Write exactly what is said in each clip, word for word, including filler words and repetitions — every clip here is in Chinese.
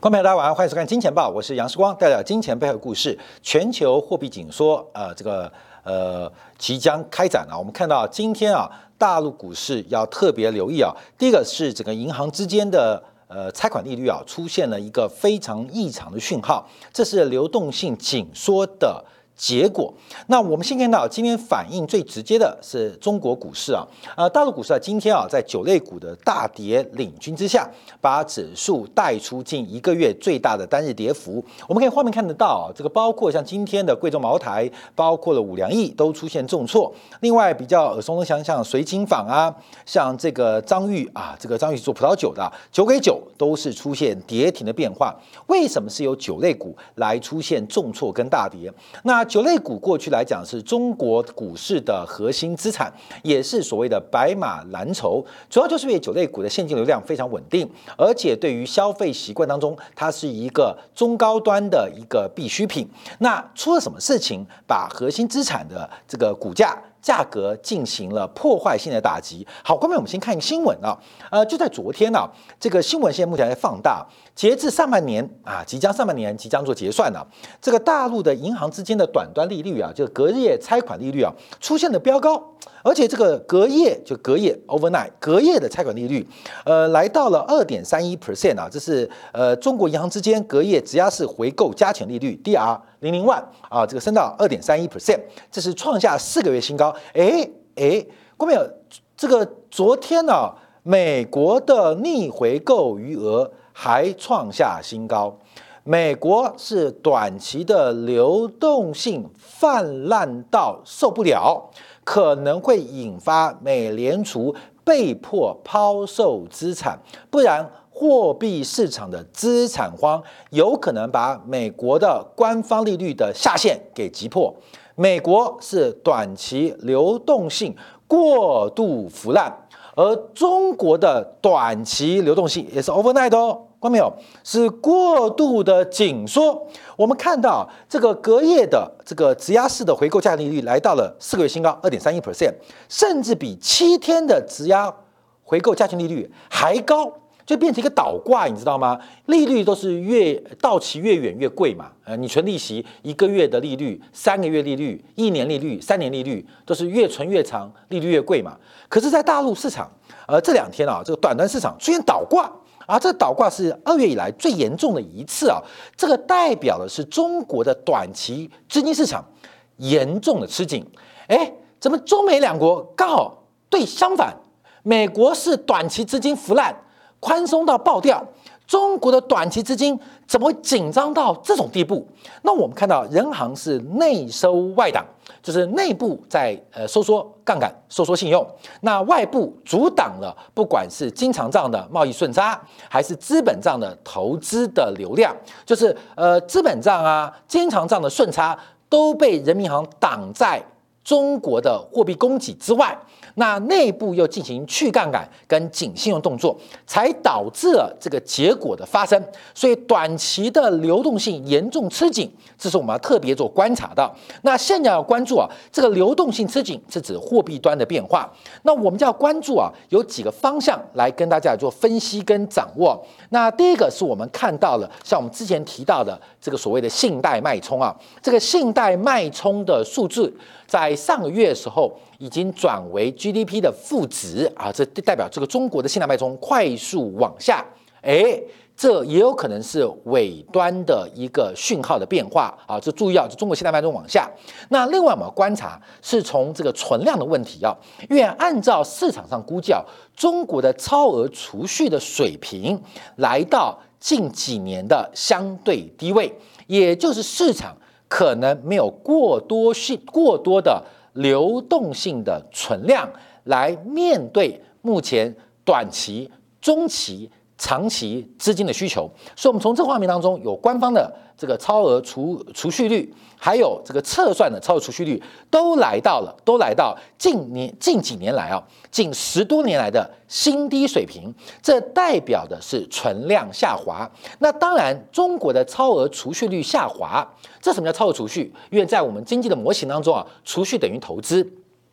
观众朋友，大家晚上好，欢迎收看《金钱报》，我是杨世光，带来金钱背后的故事。全球货币紧缩，呃，这个呃即将开展了。我们看到今天啊，大陆股市要特别留意啊。第一个是整个银行之间的呃拆款利率啊，出现了一个非常异常的讯号，这是流动性紧缩的结果。那我们先看到今天反应最直接的是中国股市啊，呃，大陆股市啊，今天啊，在九类股的大跌领军之下，把指数带出近一个月最大的单日跌幅。我们可以画面看得到啊，这个包括像今天的贵州茅台，包括了五粮液都出现重挫。另外比较耳熟能详，像水井坊啊，像这个张裕啊，这个张裕做葡萄酒的九给九都是出现跌停的变化。为什么是由九类股来出现重挫跟大跌？那九类股过去来讲是中国股市的核心资产，也是所谓的白马蓝筹，主要就是因为九类股的现金流量非常稳定，而且对于消费习惯当中，它是一个中高端的一个必需品。那出了什么事情，把核心资产的这个股价价格进行了破坏性的打击？好，观众朋友，我们先看一个新闻啊，呃，就在昨天啊，这个新闻现在目前在放大，截至上半年啊，即将上半年即将做结算了，这个大陆的银行之间的短端利率啊，就隔夜拆款利率啊，出现了飙高，而且这个隔夜就隔夜 overnight 隔夜的拆款利率，呃，来到了二点三一 percent 啊，这是呃中国银行之间隔夜直押式回购加权利率 D R 零零 one 啊，这个升到二点三一 percent， 这是创下四个月新高。哎哎，观众朋友，这个昨天呢、啊，美国的逆回购余额还创下新高。美国是短期的流动性泛滥到受不了，可能会引发美联储被迫抛售资产，不然货币市场的资产荒有可能把美国的官方利率的下限给击破。美国是短期流动性过度腐烂，而中国的短期流动性也是 overnight 哦，看到没有？是过度的紧缩。我们看到这个隔夜的这个质押式的回购价利率来到了四个月新高 二点三一 percent， 甚至比七天的质押回购价钱利率还高。就变成一个倒挂，你知道吗？利率都是越到期越远越贵嘛。呃，你存利息一个月的利率、三个月利率、一年利率、三年利率都是越存越长，利率越贵嘛。可是，在大陆市场，呃，这两天啊，这个短端市场出现倒挂啊，这个倒挂是二月以来最严重的一次啊。这个代表的是中国的短期资金市场严重的吃紧。哎，怎么中美两国刚好对相反？美国是短期资金腐烂。宽松到爆掉，中国的短期资金怎么会紧张到这种地步？那我们看到人行是内收外挡，就是内部在呃收缩杠杆、收缩信用，那外部阻挡了不管是经常账的贸易顺差，还是资本账的投资的流量，就是呃资本账啊、经常账的顺差都被人民银行挡在中国的货币供给之外。那内部又进行去杠杆跟紧信用动作，才导致了这个结果的发生。所以短期的流动性严重吃紧，这是我们要特别做观察到。那现在要关注啊，这个流动性吃紧是指货币端的变化。那我们就要关注啊，有几个方向来跟大家做分析跟掌握。那第一个是我们看到了，像我们之前提到的这个所谓的信贷脉冲啊，这个信贷脉冲的数字在上个月的时候已经转为 G D P 的负值啊，这代表这个中国的信贷脉冲快速往下，哎，这也有可能是尾端的一个讯号的变化啊，这注意啊，这中国信贷脉冲往下。那另外我们观察是从这个存量的问题啊，因为按照市场上估计啊，中国的超额储蓄的水平来到近几年的相对低位，也就是市场可能没有过多性过多的流动性的存量来面对目前短期、中期、长期资金的需求，所以我们从这个画面当中有官方的这个超额储储蓄率，还有这个测算的超额储蓄率，都来到了，都来到近年近几年来啊，近十多年来的新低水平。这代表的是存量下滑。那当然，中国的超额储蓄率下滑，这什么叫超额储蓄？因为在我们经济的模型当中啊，储蓄等于投资。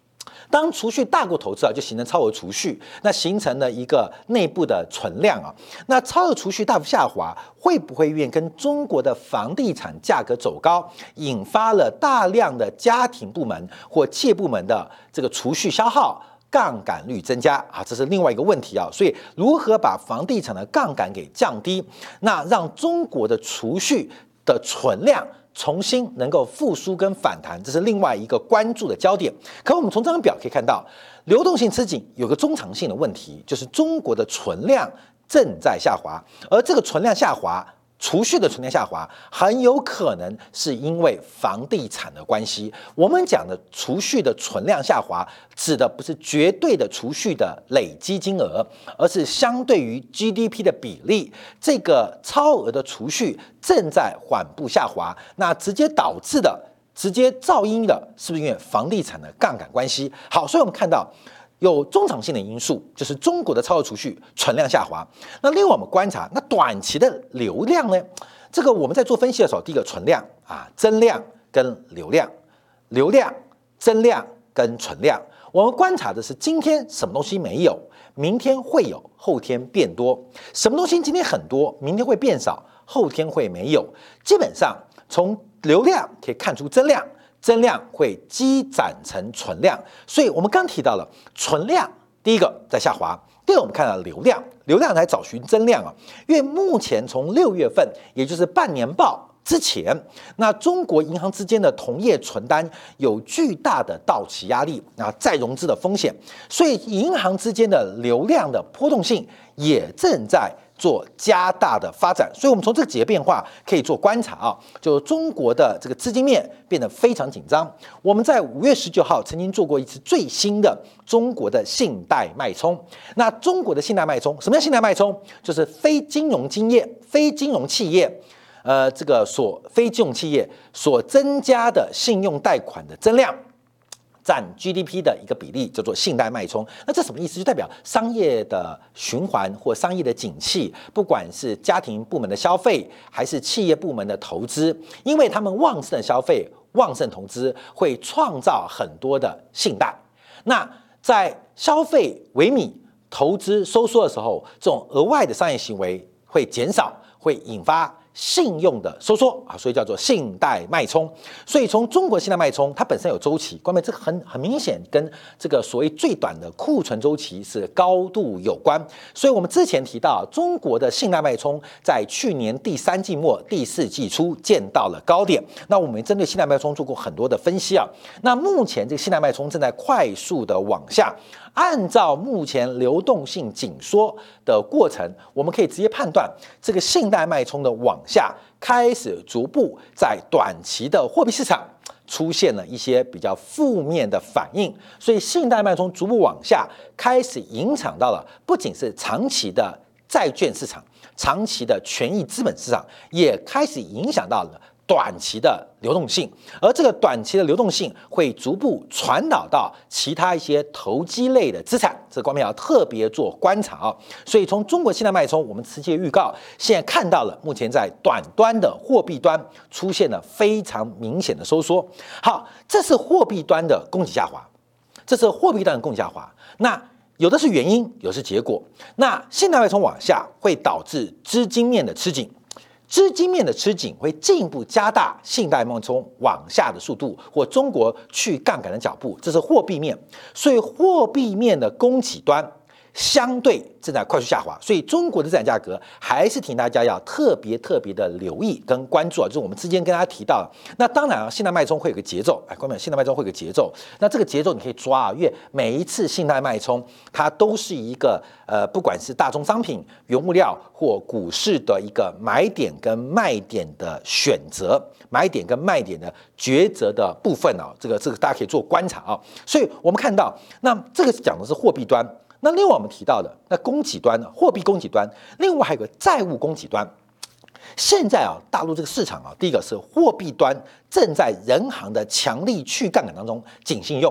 当储蓄大过投资啊，就形成超额储蓄，那形成了一个内部的存量啊。那超额储蓄大幅下滑，会不会因为跟中国的房地产价格走高，引发了大量的家庭部门或企业部门的这个储蓄消耗？杠杆率增加啊，这是另外一个问题啊。所以，如何把房地产的杠杆给降低，那让中国的储蓄的存量重新能够复苏跟反弹，这是另外一个关注的焦点。可我们从这张表可以看到，流动性吃紧有个中长性的问题，就是中国的存量正在下滑，而这个存量下滑。储蓄的存量下滑，很有可能是因为房地产的关系。我们讲的储蓄的存量下滑，指的不是绝对的储蓄的累积金额，而是相对于 G D P 的比例，这个超额的储蓄正在缓步下滑。那直接导致的、直接噪音的，是不是因为房地产的杠杆关系？好，所以我们看到。有中长性的因素，就是中国的超额储蓄存量下滑。那另外我们观察，那短期的流量呢？这个我们在做分析的时候，第一个存量啊，增量跟流量，流量、增量跟存量。我们观察的是今天什么东西没有，明天会有，后天变多；什么东西今天很多，明天会变少，后天会没有。基本上从流量可以看出增量。增量会积攒成存量，所以我们刚提到了存量，第一个在下滑，第二我们看到流量，流量来找寻增量啊，因为目前从六月份，也就是半年报之前，那中国银行之间的同业存单有巨大的到期压力啊，再融资的风险，所以银行之间的流量的波动性也正在。做加大的发展，所以我们从这几个变化可以做观察啊，就中国的这个资金面变得非常紧张。我们在五月十九号曾经做过一次最新的中国的信贷脉冲。那中国的信贷脉冲，什么叫信贷脉冲？就是非金融经业、非金融企业，呃，这个所非金融企业所增加的信用贷款的增量。占 G D P 的一个比例叫做信贷脉冲，那这什么意思？就代表商业的循环或商业的景气，不管是家庭部门的消费，还是企业部门的投资，因为他们旺盛的消费、旺盛投资，会创造很多的信贷。那在消费萎靡、投资收缩的时候，这种额外的商业行为会减少，会引发。信用的收缩啊，所以叫做信贷脉冲。所以从中国信贷脉冲，它本身有周期，关键这个很很明显跟这个所谓最短的库存周期是高度有关。所以我们之前提到，中国的信贷脉冲在去年第三季末、第四季初见到了高点。那我们针对信贷脉冲做过很多的分析啊。那目前这个信贷脉冲正在快速的往下。按照目前流动性紧缩的过程，我们可以直接判断，这个信贷脉冲的往下开始逐步在短期的货币市场出现了一些比较负面的反应，所以信贷脉冲逐步往下，开始影响到了不仅是长期的债券市场、长期的权益资本市场，也开始影响到了。短期的流动性，而这个短期的流动性会逐步传导到其他一些投机类的资产，这方面要特别做观察啊。所以从中国信贷脉冲，我们直接预告，现在看到了目前在短端的货币端出现了非常明显的收缩。好，这是货币端的供给下滑，这是货币端的供给下滑。那有的是原因，有的是结果。那信贷脉冲往下会导致资金面的吃紧。资金面的吃紧会进一步加大信贷脉冲往下的速度，或中国去杠杆的脚步，这是货币面。所以货币面的供给端相对正在快速下滑，所以中国的资产价格还是提大家要特别特别的留意跟关注啊，就是我们之前跟大家提到的。那当然啊，信贷脉冲会有个节奏，哎，观众，信贷脉冲会有个节奏。那这个节奏你可以抓啊，因为每一次信贷脉冲，它都是一个呃，不管是大宗商品、原物料或股市的一个买点跟卖点的选择，买点跟卖点的抉择的部分啊，这个这个大家可以做观察啊。所以我们看到，那这个讲的是货币端。那另外我们提到的那供给端呢，货币供给端，另外还有个债务供给端。现在啊，大陆这个市场啊，第一个是货币端正在人行的强力去杠杆当中紧信用，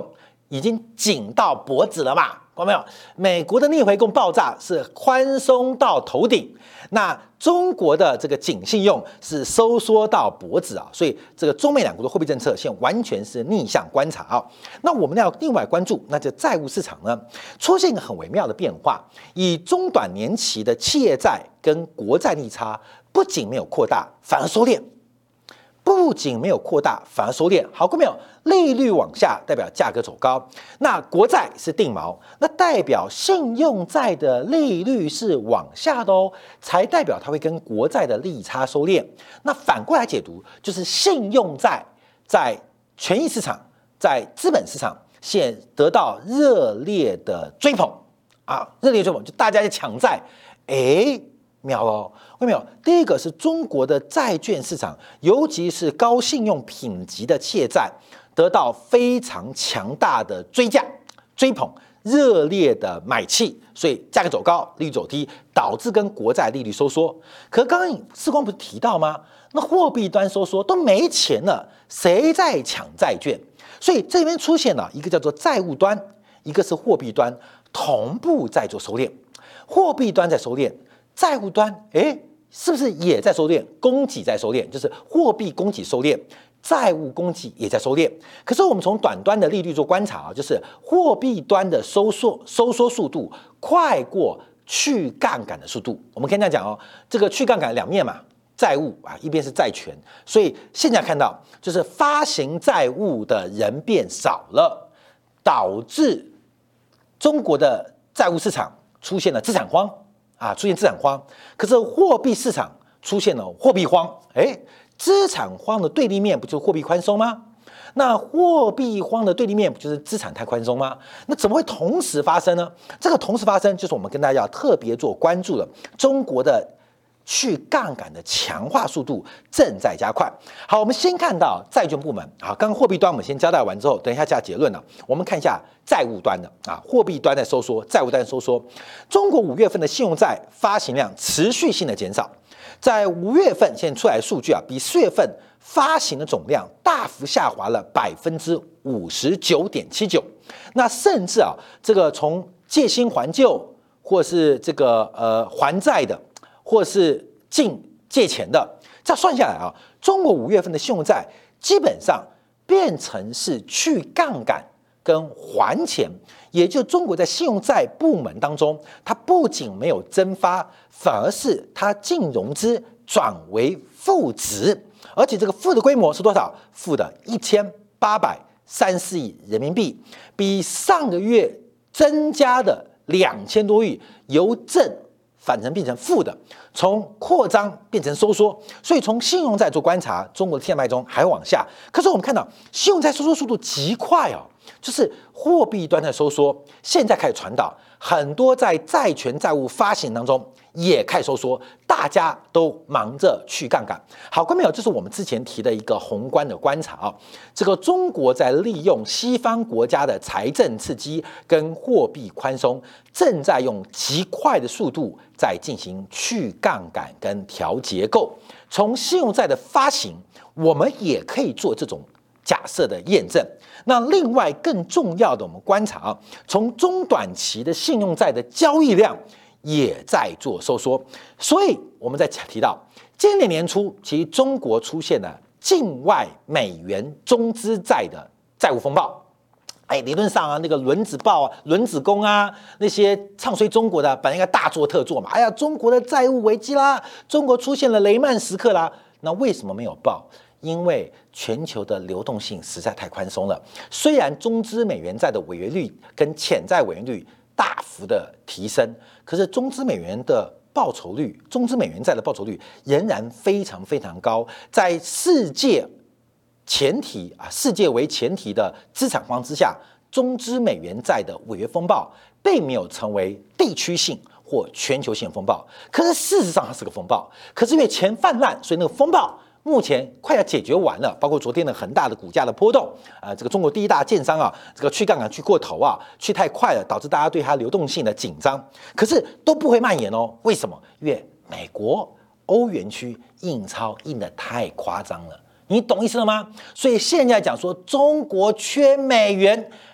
已经紧到脖子了嘛？看到没有？美国的逆回购爆炸是宽松到头顶，那中国的这个紧信用是收缩到脖子啊，所以这个中美两国的货币政策现在完全是逆向观察啊。那我们要另外关注，那就债务市场呢出现一个很微妙的变化，以中短年期的企业债跟国债利差不仅没有扩大，反而收敛。不仅没有扩大，反而收敛。好，过没有？利率往下代表价格走高，那国债是定锚，那代表信用债的利率是往下的哦，才代表它会跟国债的利差收敛。那反过来解读，就是信用债在权益市场、在资本市场现得到热烈的追捧啊，热烈追捧，就大家在抢债，哎。妙哦，为没有？第一个是中国的债券市场，尤其是高信用品级的企业债，得到非常强大的追价、追捧、热烈的买气，所以价格走高，利率走低，导致跟国债利率收缩。可刚刚世光不是提到吗？那货币端收缩都没钱了，谁在抢债券？所以这边出现了一个叫做债务端，一个是货币端，同步在做收敛，货币端在收敛。债务端，哎，是不是也在收敛？供给在收敛，就是货币供给收敛，债务供给也在收敛。可是我们从短端的利率做观察啊，就是货币端的收缩收缩速度快过去杠杆的速度。我们可以这样讲哦，这个去杠杆两面嘛，债务啊，一边是债权，所以现在看到就是发行债务的人变少了，导致中国的债务市场出现了资产荒。啊，出现资产荒，可是货币市场出现了货币荒，哎，资产荒的对立面不就是货币宽松吗？那货币荒的对立面不就是资产太宽松吗？那怎么会同时发生呢？这个同时发生，就是我们跟大家要特别做关注的，中国的去杠杆的强化速度正在加快。好，我们先看到债券部门啊，刚刚货币端我们先交代完之后，等一下下结论了。我们看一下债务端的啊，货币端在收缩，债务端收缩。中国五月份的信用债发行量持续性的减少，在五月份现在出来的数据啊，比四月份发行的总量大幅下滑了百分之五十九点七九。那甚至啊，这个从借新还旧，或是这个呃还债的。或是净借钱的，这样算下来啊，中国五月份的信用债基本上变成是去杠杆跟还钱，也就中国在信用债部门当中，它不仅没有增发，反而是它净融资转为负值，而且这个负的规模是多少？负的一千八百三十四亿人民币，比上个月增加的两千多亿，由正反成变成负的，从扩张变成收缩，所以从信用债做观察，中国的天脉中还会往下。可是我们看到信用债收缩速度极快哦，就是货币端的收缩，现在开始传导，很多在债权债务发行当中也开始收缩，大家都忙着去杠杆。好，观众朋友，这是我们之前提的一个宏观的观察啊。这个中国在利用西方国家的财政刺激跟货币宽松，正在用极快的速度在进行去杠杆跟调结构。从信用债的发行，我们也可以做这种假设的验证。那另外更重要的，我们观察啊，从中短期的信用债的交易量也在做收缩，所以我们在提到今年年初，其实中国出现了境外美元中资债的债务风暴。哎，理论上啊，那个轮子报啊、轮子工啊，那些唱衰中国的，本来应该大做特做嘛。哎呀，中国的债务危机啦，中国出现了雷曼时刻啦。那为什么没有报？因为全球的流动性实在太宽松了。虽然中资美元债的违约率跟潜在违约率大幅的提升，可是中资美元的报酬率，中资美元债的报酬率仍然非常非常高，在世界前提啊，世界为前提的资产荒之下，中资美元债的违约风暴并没有成为地区性或全球性风暴，可是事实上它是个风暴。可是因为钱泛滥，所以那个风暴目前快要解决完了，包括昨天的很大的股价的波动，啊、呃，这个中国第一大建商啊，这个去杠杆去过头啊，去太快了，导致大家对它流动性的紧张，可是都不会蔓延哦。为什么？因为美国、欧元区印钞印得太夸张了。你懂意思了吗？所以现在讲说中国缺美元，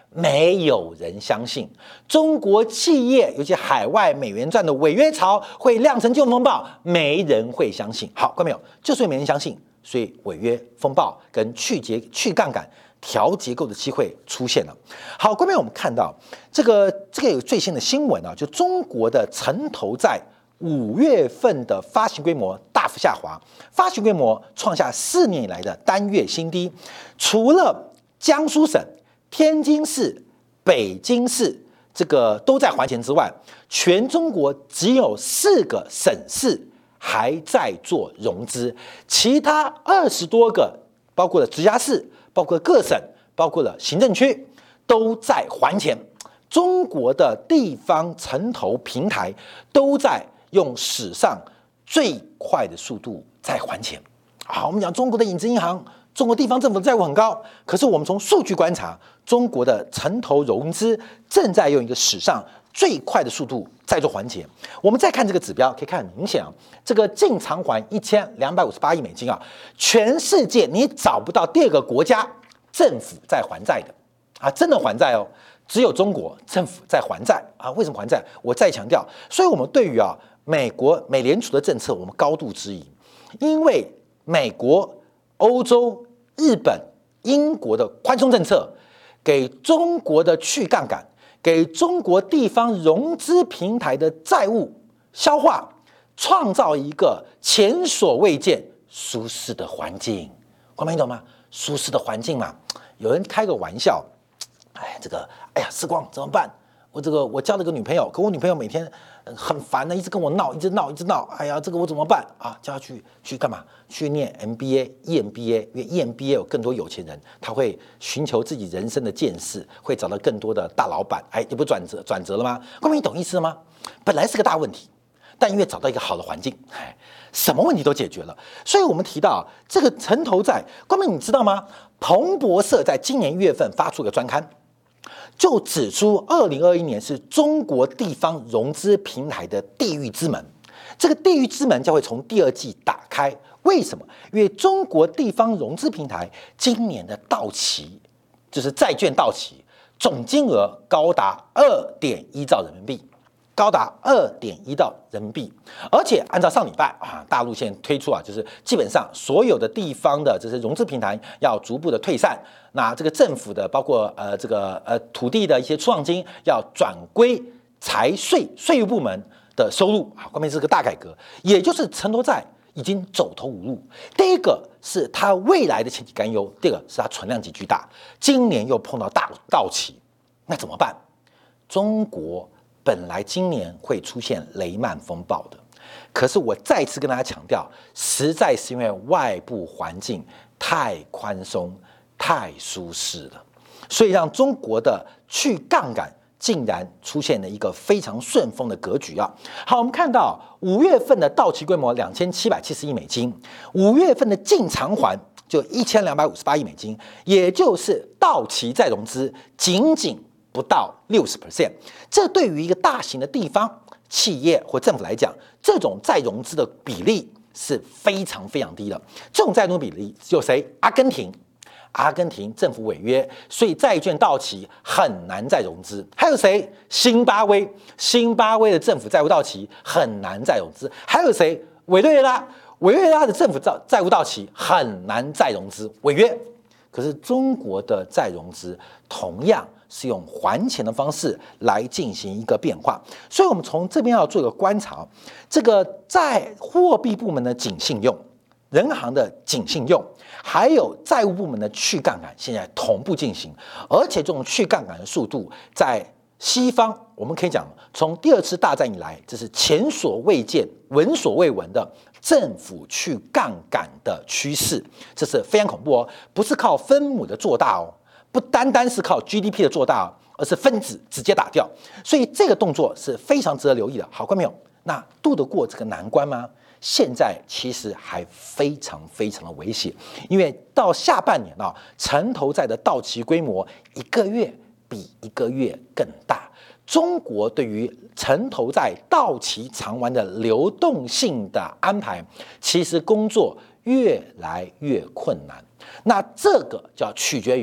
没有人相信中国企业，尤其海外美元赚的违约潮会酿成金融风暴，没人会相信。好，看到没有？就是因为没人相信，所以违约风暴跟去结去杠杆、调结构的机会出现了。好，观众我们看到这个这个有最新的新闻啊，就中国的城投债五月份的发行规模大幅下滑，发行规模创下四年以来的单月新低。除了江苏省、天津市、北京市这个都在还钱之外，全中国只有四个省市还在做融资，其他二十多个，包括了直辖市、包括各省、包括了行政区，都在还钱。中国的地方城投平台都在用史上最快的速度在还钱。好，我们讲中国的影子银行。中国地方政府的债务很高，可是我们从数据观察，中国的城投融资正在用一个史上最快的速度在做还钱。我们再看这个指标，可以看很明显啊，这个净偿还一千两百五十八亿美金啊，全世界你找不到第二个国家政府在还债的啊，真的还债哦，只有中国政府在还债啊。为什么还债？我再强调，所以我们对于啊美国美联储的政策，我们高度质疑，因为美国、欧洲、日本、英国的宽松政策，给中国的去杠杆，给中国地方融资平台的债务消化，创造一个前所未见舒适的环境。观众你懂吗？舒适的环境嘛，有人开个玩笑，哎，这个，哎呀，时光怎么办？我这个我交了个女朋友，可我女朋友每天很烦的，一直跟我闹，一直闹，一直闹。哎呀，这个我怎么办啊？叫她去去干嘛？去念 M B A、E M B A， 因为 E M B A 有更多有钱人，他会寻求自己人生的见识，会找到更多的大老板。哎，你不转折转折了吗？各位，你懂意思了吗？本来是个大问题，但因为找到一个好的环境，哎，什么问题都解决了。所以我们提到这个城投债，各位你知道吗？彭博社在今年一月份发出个专刊。就指出，二零二一年是中国地方融资平台的地狱之门。这个地狱之门将会从第二季打开。为什么？因为中国地方融资平台今年的到期，就是债券到期，总金额高达二点一兆人民币。高达二点一兆人民币，而且按照上礼拜啊，大陆现在推出啊，就是基本上所有的地方的这些融资平台要逐步的退散，那这个政府的包括呃这个呃土地的一些出让金要转归财税税务部门的收入啊，关键是个大改革，也就是城投债已经走投无路。第一个是它未来的前景担忧，第二个是它存量级巨大，今年又碰到大到期，那怎么办？中国本来今年会出现雷曼风暴的，可是我再次跟大家强调，实在是因为外部环境太宽松、太舒适了，所以让中国的去杠杆竟然出现了一个非常顺风的格局啊！好，我们看到五月份的到期规模两千七百七十亿美金，五月份的净偿还就一千两百五十八亿美金，也就是到期再融资仅仅不到 百分之六十， 这对于一个大型的地方企业或政府来讲，这种再融资的比例是非常非常低的。这种再融资比例有谁？阿根廷，阿根廷政府违约，所以债券到期很难再融资。还有谁？辛巴威，辛巴威的政府债务到期很难再融资。还有谁？委内瑞拉，委内瑞拉的政府债债务到期很难再融资，违约。可是中国的再融资同样是用还钱的方式来进行一个变化，所以我们从这边要做一个观察，这个在货币部门的紧信用、人行的紧信用，还有债务部门的去杠杆，现在同步进行，而且这种去杠杆的速度在西方，我们可以讲，从第二次大战以来，这是前所未见、闻所未闻的政府去杠杆的趋势，这是非常恐怖哦，不是靠分母的做大哦，不单单是靠 G D P 的做大哦，而是分子直接打掉，所以这个动作是非常值得留意的。好，观众朋友，那渡得过这个难关吗？现在其实还非常非常的危险，因为到下半年啊，城投债的到期规模一个月比一个月更大。中国对于城投债到期偿还的流动性的安排，其实工作越来越困难。那这个就要取决于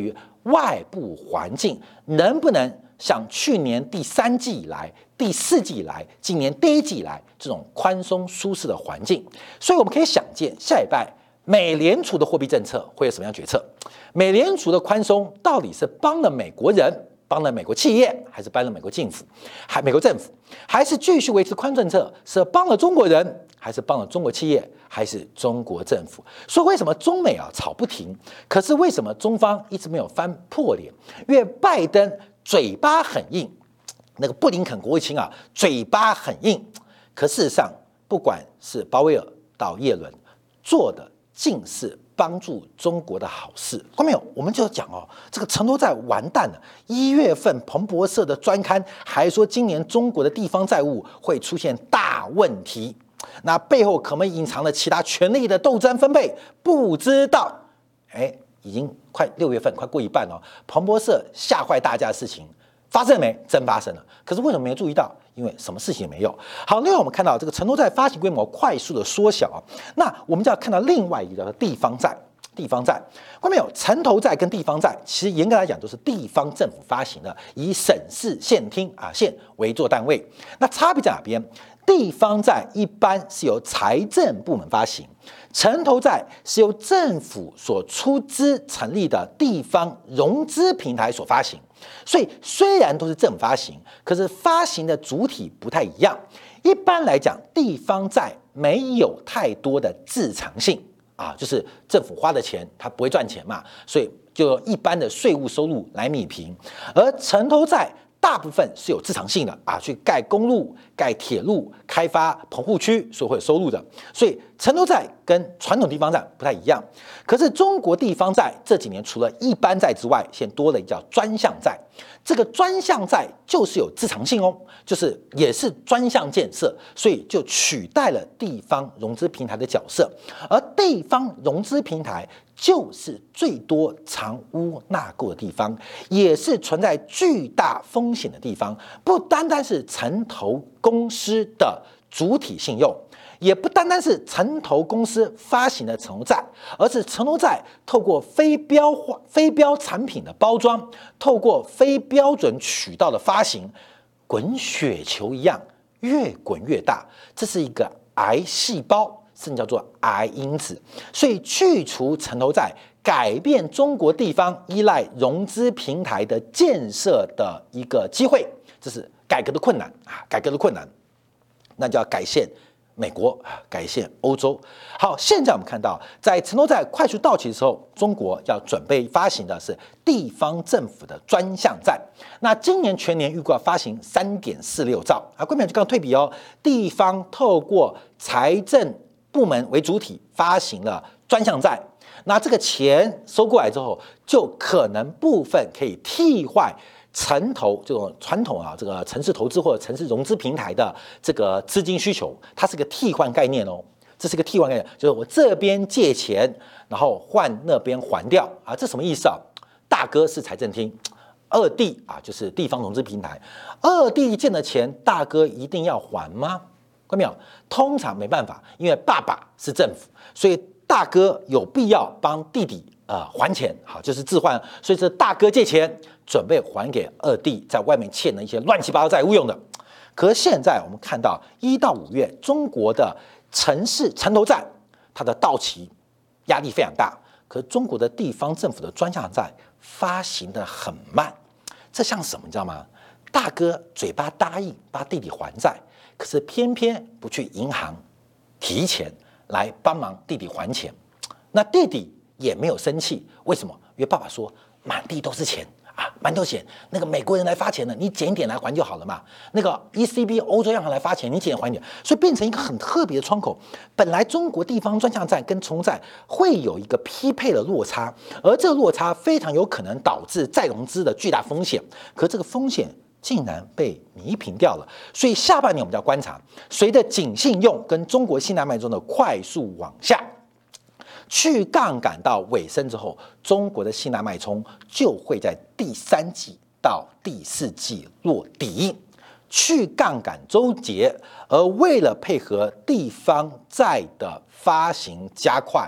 外部环境能不能像去年第三季以来、第四季以来、今年第一季以来这种宽松舒适的环境。所以我们可以想见，下礼拜美联储的货币政策会有什么样决策？美联储的宽松到底是帮了美国人、帮了美国企业，还是帮了美国政府？还美国政府还是继续维持宽政策，是帮了中国人，还是帮了中国企业，还是中国政府？所以为什么中美啊吵不停？可是为什么中方一直没有翻破脸？因为拜登嘴巴很硬，那个布林肯国务卿啊嘴巴很硬，可事实上不管是鲍威尔到耶伦做的尽是帮助中国的好事。看到没有？我们就讲哦，这个城投债完蛋了。一月份彭博社的专刊还说，今年中国的地方债务会出现大问题。那背后可能隐藏了其他权力的斗争分配，不知道。哎，已经快六月份，快过一半了。彭博社吓坏大家的事情发生了没？真发生了。可是为什么没有注意到？因为什么事情也没有。好，另外我们看到这个城投债发行规模快速的缩小啊，那我们就要看到另外一个地方债。地方债，看到没有？城投债跟地方债，其实严格来讲都是地方政府发行的，以省市县厅啊县为做单位。那差别在哪边？地方债一般是由财政部门发行，城投债是由政府所出资成立的地方融资平台所发行。所以虽然都是政府发行，可是发行的主体不太一样。一般来讲，地方债没有太多的自偿性啊，就是政府花的钱它不会赚钱嘛，所以就用一般的税务收入来弭平。而城投债大部分是有自偿性的啊，去盖公路、盖铁路、开发棚户区，所以会有收入的。所以城投债跟传统地方债不太一样。可是中国地方债这几年除了一般债之外，现在多了一个叫专项债。这个专项债就是有自偿性哦，就是也是专项建设，所以就取代了地方融资平台的角色。而地方融资平台就是最多藏污纳垢的地方，也是存在巨大风险的地方。不单单是城投公司的主体信用，也不单单是城投公司发行的城投债，而是城投债透过非标化、非标产品的包装，透过非标准渠道的发行，滚雪球一样越滚越大。这是一个癌细胞，甚至叫做癌因子。所以去除城投债，改变中国地方依赖融资平台的建设的一个机会，这是改革的困难啊，改革的困难，那就要改线美国，改线欧洲。好，现在我们看到，在城投债快速到期的时候，中国要准备发行的是地方政府的专项债。那今年全年预估要发行三点四六兆啊，规模就刚退比哦。地方透过财政部门为主体发行了专项债，那这个钱收过来之后，就可能部分可以替换城投这种传统啊，这个城市投资或者城市融资平台的这个资金需求，它是个替换概念哦。这是个替换概念，就是我这边借钱，然后换那边还掉啊，这什么意思啊？大哥是财政厅，二弟啊就是地方融资平台，二弟借的钱，大哥一定要还吗？看到没有？通常没办法，因为爸爸是政府，所以大哥有必要帮弟弟呃还钱，好，就是置换，所以这大哥借钱准备还给二弟在外面欠的一些乱七八糟债务用的。可是现在我们看到一到五月，中国的城市城投债它的到期压力非常大，可是中国的地方政府的专项债发行的很慢，这像什么？你知道吗？大哥嘴巴答应帮弟弟还债，可是偏偏不去银行提钱来帮忙弟弟还钱，那弟弟也没有生气，为什么？因为爸爸说满地都是钱啊，满都钱，那个美国人来发钱了，你捡一点来还就好了嘛。那个 E C B 欧洲央行来发钱，你捡还一点，所以变成一个很特别的窗口。本来中国地方专项债跟城债会有一个匹配的落差，而这个落差非常有可能导致再融资的巨大风险，可这个风险竟然被弥平掉了。所以下半年我们就要观察，随着紧信用跟中国信贷脉中的快速往下，去杠杆到尾声之后，中国的信贷脉冲就会在第三季到第四季落底，去杠杆周结。而为了配合地方债的发行加快，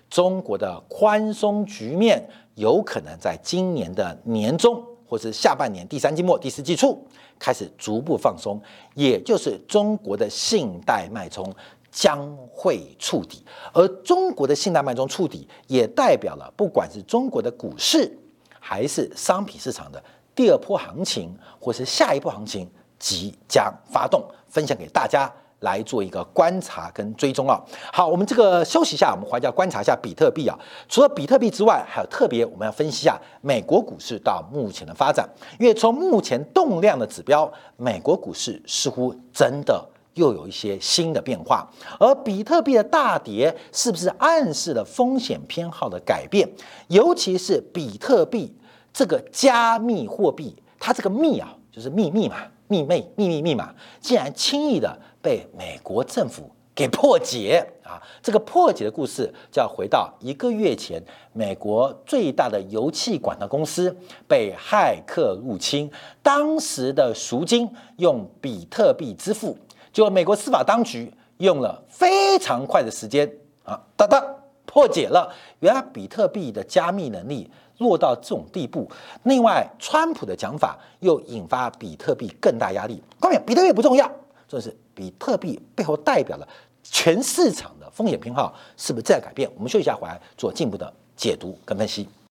中国的宽松局面有可能在今年的年中或是下半年第三季末、第四季初开始逐步放松，也就是中国的信贷脉冲将会触底。而中国的信贷脉冲触底，也代表了不管是中国的股市还是商品市场的第二波行情，或是下一波行情即将发动，分享给大家来做一个观察跟追踪啊。好，我们这个休息一下，我们回来观察一下比特币啊。除了比特币之外，还有特别我们要分析一下美国股市到目前的发展，因为从目前动量的指标，美国股市似乎真的又有一些新的变化，而比特币的大跌是不是暗示了风险偏好的改变？尤其是比特币这个加密货币，它这个密啊，就是密密码、密密秘密密码，竟然轻易的被美国政府给破解啊！这个破解的故事就要回到一个月前，美国最大的油气管道公司被骇客入侵，当时的赎金用比特币支付。就美国司法当局用了非常快的时间啊，哒哒破解了，原来比特币的加密能力落到这种地步。另外，川普的讲法又引发比特币更大压力。关键比特币不重要，重点是比特币背后代表了全市场的风险偏好是不是在改变？我们休息一下，回来做进一步的解读跟分析。